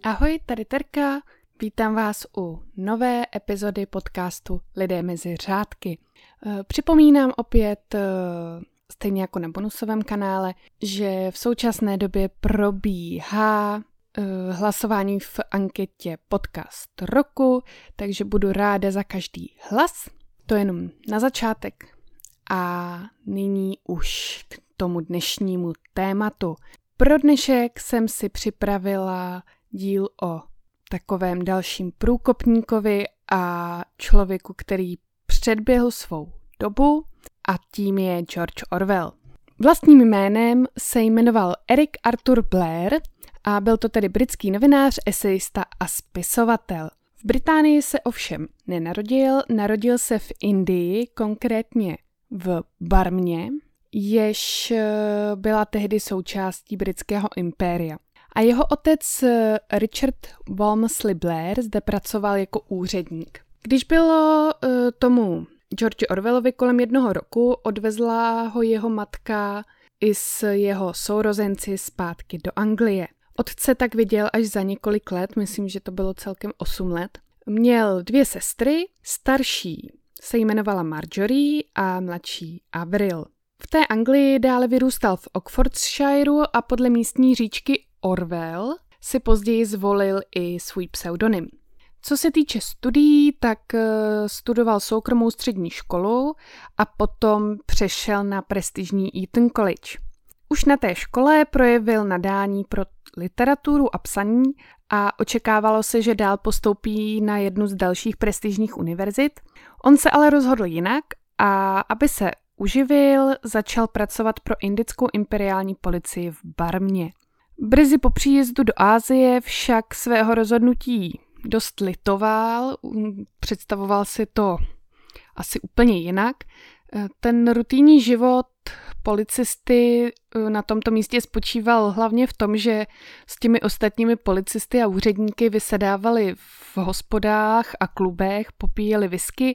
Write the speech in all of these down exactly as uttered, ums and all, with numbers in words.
Ahoj, tady Terka, vítám vás u nové epizody podcastu Lidé mezi řádky. Připomínám opět, stejně jako na bonusovém kanále, že v současné době probíhá hlasování v anketě Podcast roku, takže budu ráda za každý hlas. To jenom na začátek. A nyní už k tomu dnešnímu tématu. Pro dnešek jsem si připravila díl o takovém dalším průkopníkovi a člověku, který předběhl svou dobu, a tím je George Orwell. Vlastním jménem se jmenoval Eric Arthur Blair a byl to tedy britský novinář, esejista a spisovatel. V Británii se ovšem nenarodil, narodil se v Indii, konkrétně v Barmě, jež byla tehdy součástí britského impéria. A jeho otec Richard Walmsley Blair zde pracoval jako úředník. Když bylo uh, tomu George Orwellovi kolem jednoho roku, odvezla ho jeho matka i s jeho sourozenci zpátky do Anglie. Otce tak viděl až za několik let, myslím, že to bylo celkem osm let. Měl dvě sestry, starší se jmenovala Marjorie a mladší Avril. V té Anglii dále vyrůstal v Oxfordshireu a podle místní říčky Orwell si později zvolil i svůj pseudonym. Co se týče studií, tak studoval soukromou střední školu a potom přešel na prestižní Eton College. Už na té škole projevil nadání pro literaturu a psaní a očekávalo se, že dál postoupí na jednu z dalších prestižních univerzit. On se ale rozhodl jinak a aby se uživil, začal pracovat pro indickou imperiální policii v Barmě. Brzy po příjezdu do Asie však svého rozhodnutí dost litoval, představoval si to asi úplně jinak. Ten rutinní život policisty na tomto místě spočíval hlavně v tom, že s těmi ostatními policisty a úředníky vysedávali v hospodách a klubech, popíjeli whisky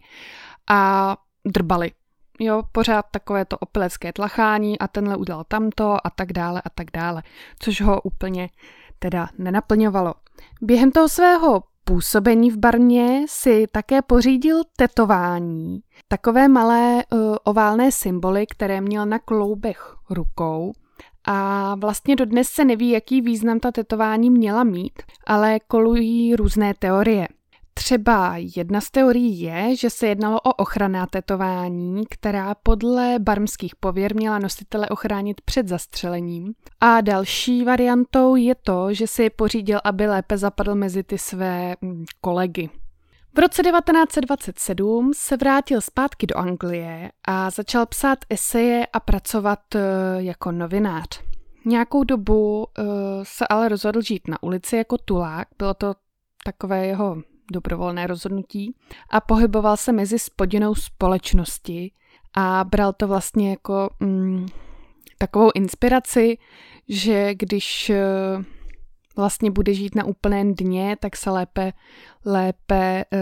a drbali. Jo, pořád takové to opilecké tlachání a tenhle udělal tamto a tak dále a tak dále, což ho úplně teda nenaplňovalo. Během toho svého působení v Barmě si také pořídil tetování, takové malé uh, oválné symboly, které měl na kloubech rukou, a vlastně dodnes se neví, jaký význam ta tetování měla mít, ale kolují různé teorie. Třeba jedna z teorií je, že se jednalo o ochranná tetování, která podle barmských pověr měla nositele ochránit před zastřelením. A další variantou je to, že si je pořídil, aby lépe zapadl mezi ty své kolegy. V roce devatenáct set dvacet sedm se vrátil zpátky do Anglie a začal psát eseje a pracovat jako novinář. Nějakou dobu se ale rozhodl žít na ulici jako tulák, bylo to takové jeho dobrovolné rozhodnutí, a pohyboval se mezi spodinnou společnosti a bral to vlastně jako mm, takovou inspiraci, že když uh, vlastně bude žít na úplném dně, tak se lépe, lépe uh,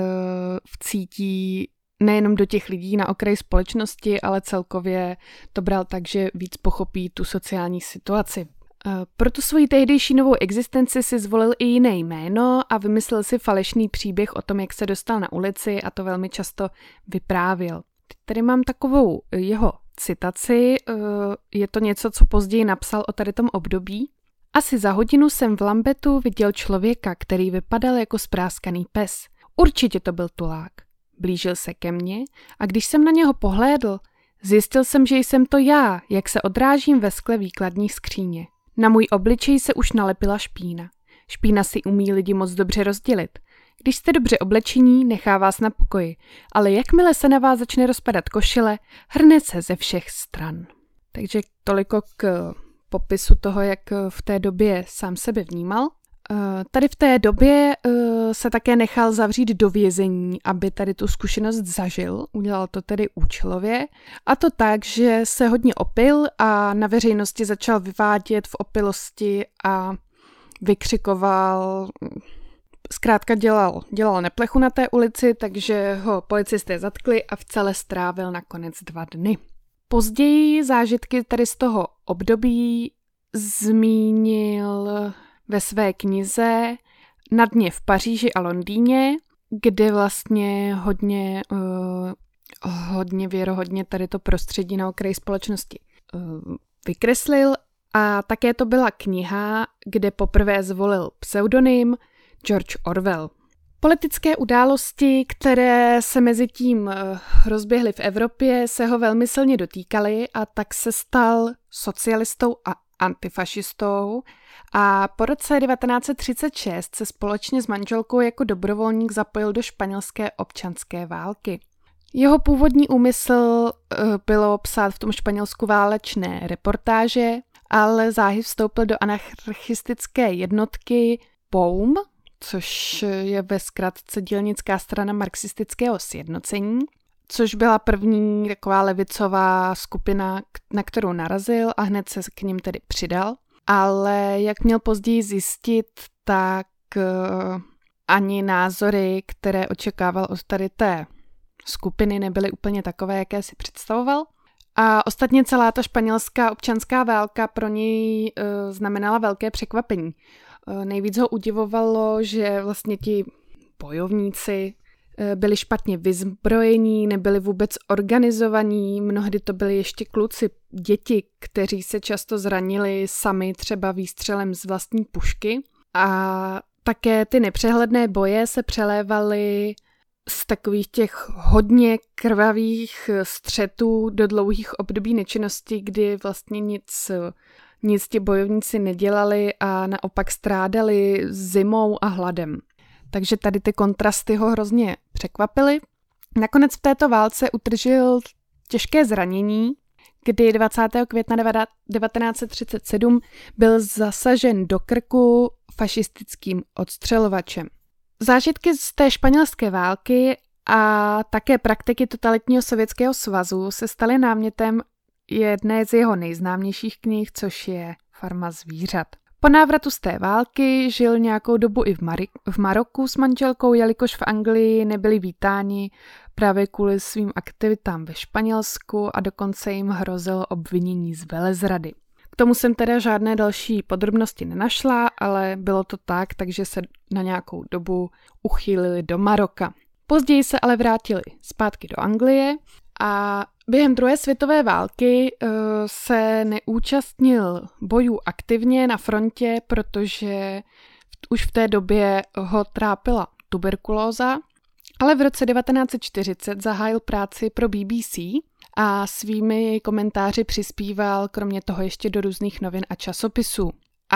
vcítí nejenom do těch lidí na okraji společnosti, ale celkově to bral tak, že víc pochopí tu sociální situaci. Pro tu svoji tehdejší novou existenci si zvolil i jiné jméno a vymyslel si falešný příběh o tom, jak se dostal na ulici, a to velmi často vyprávěl. Tady mám takovou jeho citaci, je to něco, co později napsal o tady tom období. Asi za hodinu jsem v Lambetu viděl člověka, který vypadal jako spráskaný pes. Určitě to byl tulák. Blížil se ke mně a když jsem na něho pohlédl, zjistil jsem, že jsem to já, jak se odrážím ve skle výkladní skříně. Na můj obličej se už nalepila špína. Špína si umí lidi moc dobře rozdělit. Když jste dobře oblečení, nechá vás na pokoji, ale jakmile se na vás začne rozpadat košile, hrne se ze všech stran. Takže toliko k popisu toho, jak v té době sám sebe vnímal. Tady v té době se také nechal zavřít do vězení, aby tady tu zkušenost zažil. Udělal to tedy účelově. A to tak, že se hodně opil a na veřejnosti začal vyvádět v opilosti a vykřikoval. Zkrátka dělal, dělal neplechu na té ulici, takže ho policisté zatkli a v cele strávil nakonec dva dny. Později zážitky tady z toho období zmínil ve své knize na dně v Paříži a Londýně, kde vlastně hodně, uh, hodně věrohodně tady to prostředí na okraji společnosti uh, vykreslil. A také to byla kniha, kde poprvé zvolil pseudonym George Orwell. Politické události, které se mezi tím rozběhly v Evropě, se ho velmi silně dotýkaly a tak se stal socialistou a antifašistou a po roce devatenáct set třicet šest se společně s manželkou jako dobrovolník zapojil do španělské občanské války. Jeho původní úmysl bylo psát v tom Španělsku válečné reportáže, ale záhy vstoupil do anarchistické jednotky P O U M, což je ve zkratce dělnická strana marxistického sjednocení, což byla první taková levicová skupina, na kterou narazil a hned se k ním tedy přidal. Ale jak měl později zjistit, tak ani názory, které očekával od tady té skupiny, nebyly úplně takové, jaké si představoval. A ostatně celá ta španělská občanská válka pro něj e, znamenala velké překvapení. E, nejvíc ho udivovalo, že vlastně ti bojovníci e, byli špatně vyzbrojení, nebyli vůbec organizovaní, mnohdy to byli ještě kluci, děti, kteří se často zranili sami třeba výstřelem z vlastní pušky. A také ty nepřehledné boje se přelévaly z takových těch hodně krvavých střetů do dlouhých období nečinnosti, kdy vlastně nic, nic ti bojovníci nedělali a naopak strádali zimou a hladem. Takže tady ty kontrasty ho hrozně překvapily. Nakonec v této válce utržil těžké zranění, kdy dvacátého května devatenáct set třicet sedm byl zasažen do krku fašistickým odstřelovačem. Zážitky z té španělské války a také praktiky totalitního Sovětského svazu se staly námětem jedné z jeho nejznámějších knih, což je Farma zvířat. Po návratu z té války žil nějakou dobu i v, Mari- v Maroku s manželkou, jelikož v Anglii nebyli vítáni právě kvůli svým aktivitám ve Španělsku a dokonce jim hrozilo obvinění z velezrady. K tomu jsem teda žádné další podrobnosti nenašla, ale bylo to tak, takže se na nějakou dobu uchýlili do Maroka. Později se ale vrátili zpátky do Anglie a během druhé světové války uh, se neúčastnil bojů aktivně na frontě, protože už v té době ho trápila tuberkulóza, ale v roce devatenáct set čtyřicet zahájil práci pro B B C a svými komentáři přispíval kromě toho ještě do různých novin a časopisů.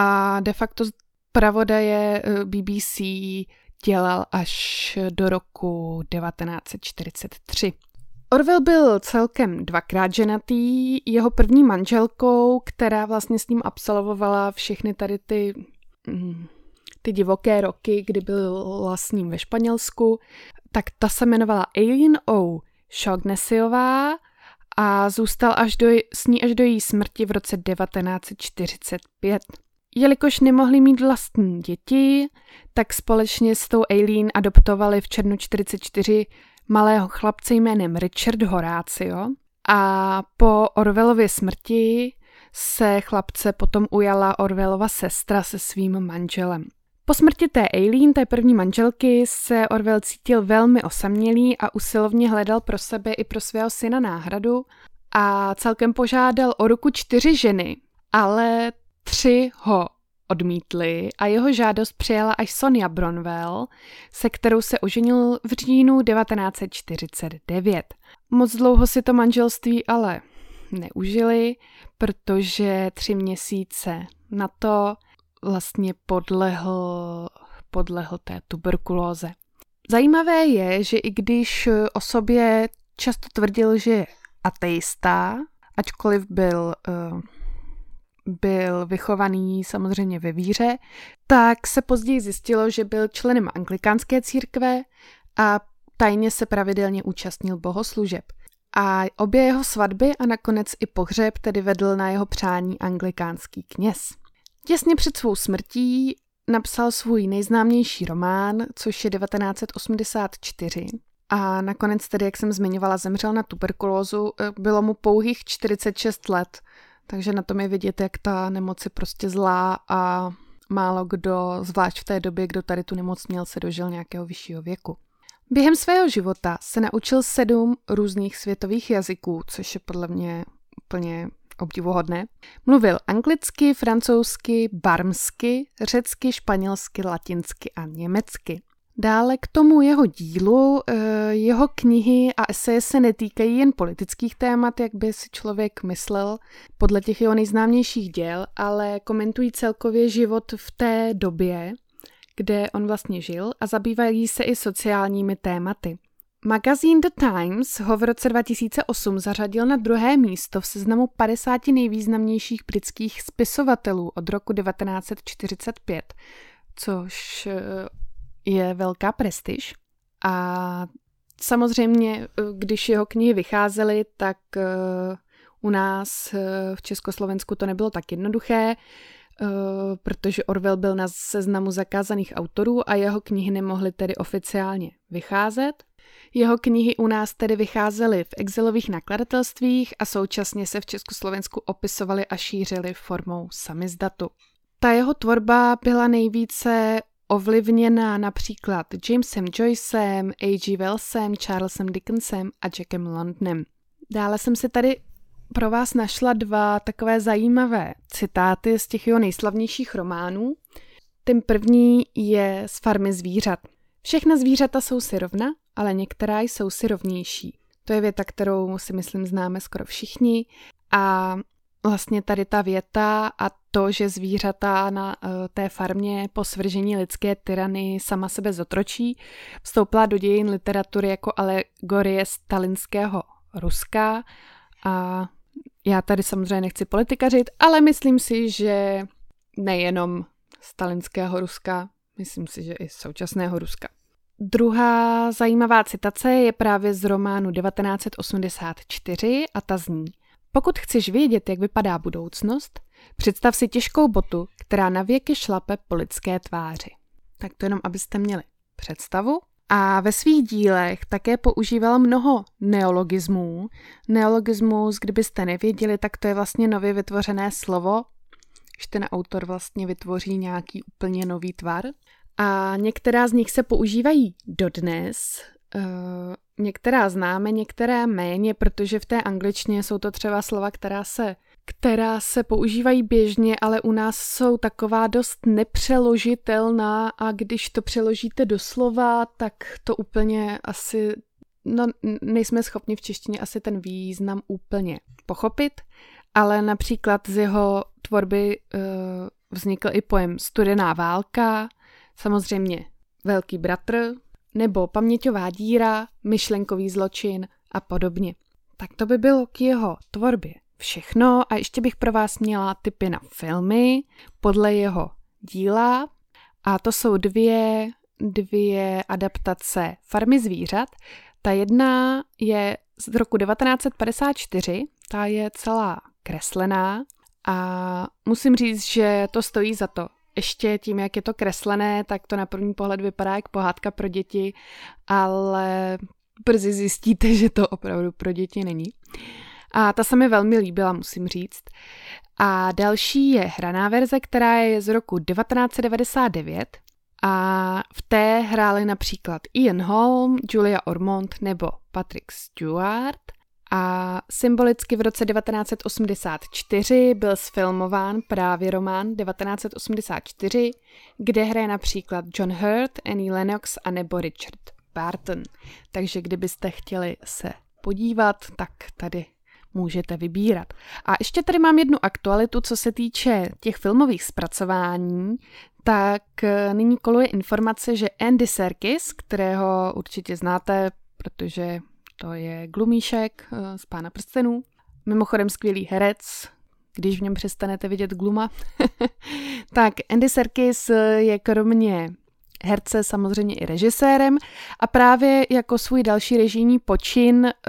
A de facto zpravodaje B B C dělal až do roku devatenáct set čtyřicet tři. Orwell byl celkem dvakrát ženatý, jeho první manželkou, která vlastně s ním absolvovala všechny tady ty, ty divoké roky, kdy byl s ním ve Španělsku, tak ta se jmenovala Eileen O. Shoghnessiová a zůstal až do, s ní až do její smrti v roce devatenáct set čtyřicet pět. Jelikož nemohli mít vlastní děti, tak společně s tou Eileen adoptovali v červnu čtyřicet čtyři malého chlapce jménem Richard Horatio a po Orwellově smrti se chlapce potom ujala Orwellova sestra se svým manželem. Po smrti té Eileen, té první manželky, se Orwell cítil velmi osamělý a usilovně hledal pro sebe i pro svého syna náhradu a celkem požádal o ruku čtyři ženy, ale tři ho odmítli a jeho žádost přijala až Sonia Bronwell, se kterou se oženil v říjnu devatenáct set čtyřicet devět. Moc dlouho si to manželství ale neužili, protože tři měsíce na to vlastně podlehl, podlehl té tuberkulóze. Zajímavé je, že i když o sobě často tvrdil, že je ateista, ačkoliv byl, byl vychovaný samozřejmě ve víře, tak se později zjistilo, že byl členem anglikánské církve a tajně se pravidelně účastnil bohoslužeb. A obě jeho svatby a nakonec i pohřeb tedy vedl na jeho přání anglikánský kněz. Těsně před svou smrtí napsal svůj nejznámější román, což je devatenáct set osmdesát čtyři. A nakonec tedy, jak jsem zmiňovala, zemřel na tuberkulózu. Bylo mu pouhých čtyřicet šest let, takže na tom je vidět, jak ta nemoc je prostě zlá a málo kdo, zvlášť v té době, kdo tady tu nemoc měl, se dožil nějakého vyššího věku. Během svého života se naučil sedm různých světových jazyků, což je podle mě úplně obdivuhodné. Mluvil anglicky, francouzsky, barmsky, řecky, španělsky, latinsky a německy. Dále k tomu jeho dílu, jeho knihy a eseje se netýkají jen politických témat, jak by si člověk myslel podle těch jeho nejznámějších děl, ale komentují celkově život v té době, kde on vlastně žil a zabývají se i sociálními tématy. Magazín The Times ho v roce dva tisíce osm zařadil na druhé místo v seznamu padesáti nejvýznamnějších britských spisovatelů od roku devatenáct set čtyřicet pět, což je velká prestiž. A samozřejmě, když jeho knihy vycházely, tak u nás v Československu to nebylo tak jednoduché, protože Orwell byl na seznamu zakázaných autorů a jeho knihy nemohly tedy oficiálně vycházet. Jeho knihy u nás tedy vycházely v exilových nakladatelstvích a současně se v Československu opisovaly a šířily formou samizdatu. Ta jeho tvorba byla nejvíce ovlivněna například Jamesem Joycem, H G Wellsem, Charlesem Dickensem a Jackem Londonem. Dále jsem si tady pro vás našla dva takové zajímavé citáty z těch jeho nejslavnějších románů. Ten první je z Farmy zvířat. Všechna zvířata jsou si rovna, ale některá jsou si rovnější. To je věta, kterou si myslím známe skoro všichni a vlastně tady ta věta a to, že zvířata na uh, té farmě po svržení lidské tyrany sama sebe zotročí, vstoupila do dějin literatury jako alegorie stalinského Ruska a já tady samozřejmě nechci politikařit, ale myslím si, že nejenom stalinského Ruska, myslím si, že i současného Ruska. Druhá zajímavá citace je právě z románu devatenáct set osmdesát čtyři a ta zní: Pokud chceš vědět, jak vypadá budoucnost, představ si těžkou botu, která navěky šlape po lidské tváři. Tak to jenom, abyste měli představu. A ve svých dílech také používal mnoho neologismů. Neologismus, kdybyste nevěděli, tak to je vlastně nově vytvořené slovo, když ten autor vlastně vytvoří nějaký úplně nový tvar. A některá z nich se používají dodnes, uh, některá známe, některé méně, protože v té angličtině jsou to třeba slova, která se, která se používají běžně, ale u nás jsou taková dost nepřeložitelná a když to přeložíte do slova, tak to úplně asi, no nejsme schopni v češtině asi ten význam úplně pochopit, ale například z jeho tvorby uh, vznikl i pojem Studená válka, samozřejmě Velký bratr, nebo Paměťová díra, Myšlenkový zločin a podobně. Tak to by bylo k jeho tvorbě všechno a ještě bych pro vás měla tipy na filmy podle jeho díla a to jsou dvě, dvě adaptace Farmy zvířat. Ta jedna je z roku devatenáct set padesát čtyři, ta je celá kreslená a musím říct, že to stojí za to. Ještě tím, jak je to kreslené, tak to na první pohled vypadá jak pohádka pro děti, ale brzy zjistíte, že to opravdu pro děti není. A ta se mi velmi líbila, musím říct. A další je hraná verze, která je z roku devatenáct set devadesát devět a v té hráli například Ian Holm, Julia Ormond nebo Patrick Stewart. A symbolicky v roce devatenáct set osmdesát čtyři byl sfilmován právě román devatenáct set osmdesát čtyři, kde hraje například John Hurt, Annie Lennox a nebo Richard Barton. Takže kdybyste chtěli se podívat, tak tady můžete vybírat. A ještě tady mám jednu aktualitu, co se týče těch filmových zpracování, tak nyní koluje informace, že Andy Serkis, kterého určitě znáte, protože to je glumíšek z Pána prstenů. Mimochodem skvělý herec, když v něm přestanete vidět gluma. Tak Andy Serkis je kromě herce samozřejmě i režisérem a právě jako svůj další režijní počin uh,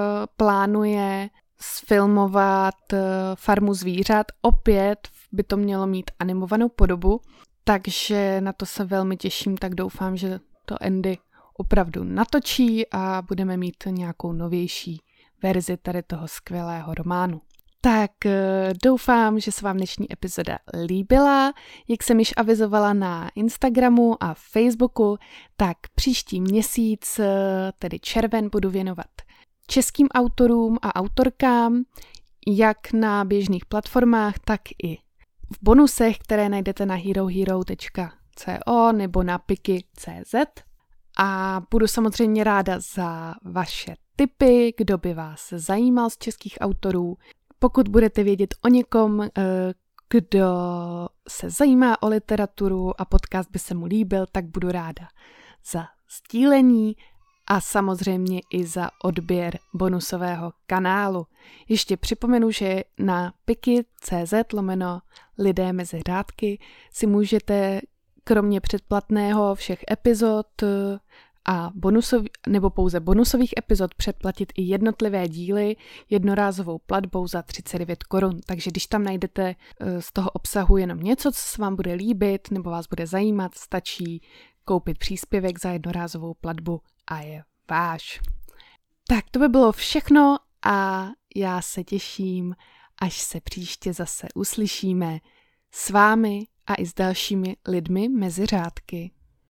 plánuje sfilmovat uh, Farmu zvířat. Opět by to mělo mít animovanou podobu, takže na to se velmi těším, tak doufám, že to Andy opravdu natočí a budeme mít nějakou novější verzi tady toho skvělého románu. Tak doufám, že se vám dnešní epizoda líbila. Jak jsem již avizovala na Instagramu a Facebooku, tak příští měsíc, tedy červen, budu věnovat českým autorům a autorkám, jak na běžných platformách, tak i v bonusech, které najdete na herohero tečka co nebo na piky tečka cz. A budu samozřejmě ráda za vaše tipy, kdo by vás zajímal z českých autorů. Pokud budete vědět o někom, kdo se zajímá o literaturu a podcast by se mu líbil, tak budu ráda za sdílení a samozřejmě i za odběr bonusového kanálu. Ještě připomenu, že na piky tečka cz lomeno lidé mezi řádky si můžete kromě předplatného všech epizod a bonusový, nebo pouze bonusových epizod předplatit i jednotlivé díly jednorázovou platbou za třicet devět korun. Takže když tam najdete z toho obsahu jenom něco, co se vám bude líbit nebo vás bude zajímat, stačí koupit příspěvek za jednorázovou platbu a je váš. Tak to by bylo všechno a já se těším, až se příště zase uslyšíme s vámi a i s dalšími lidmi mezi řádky.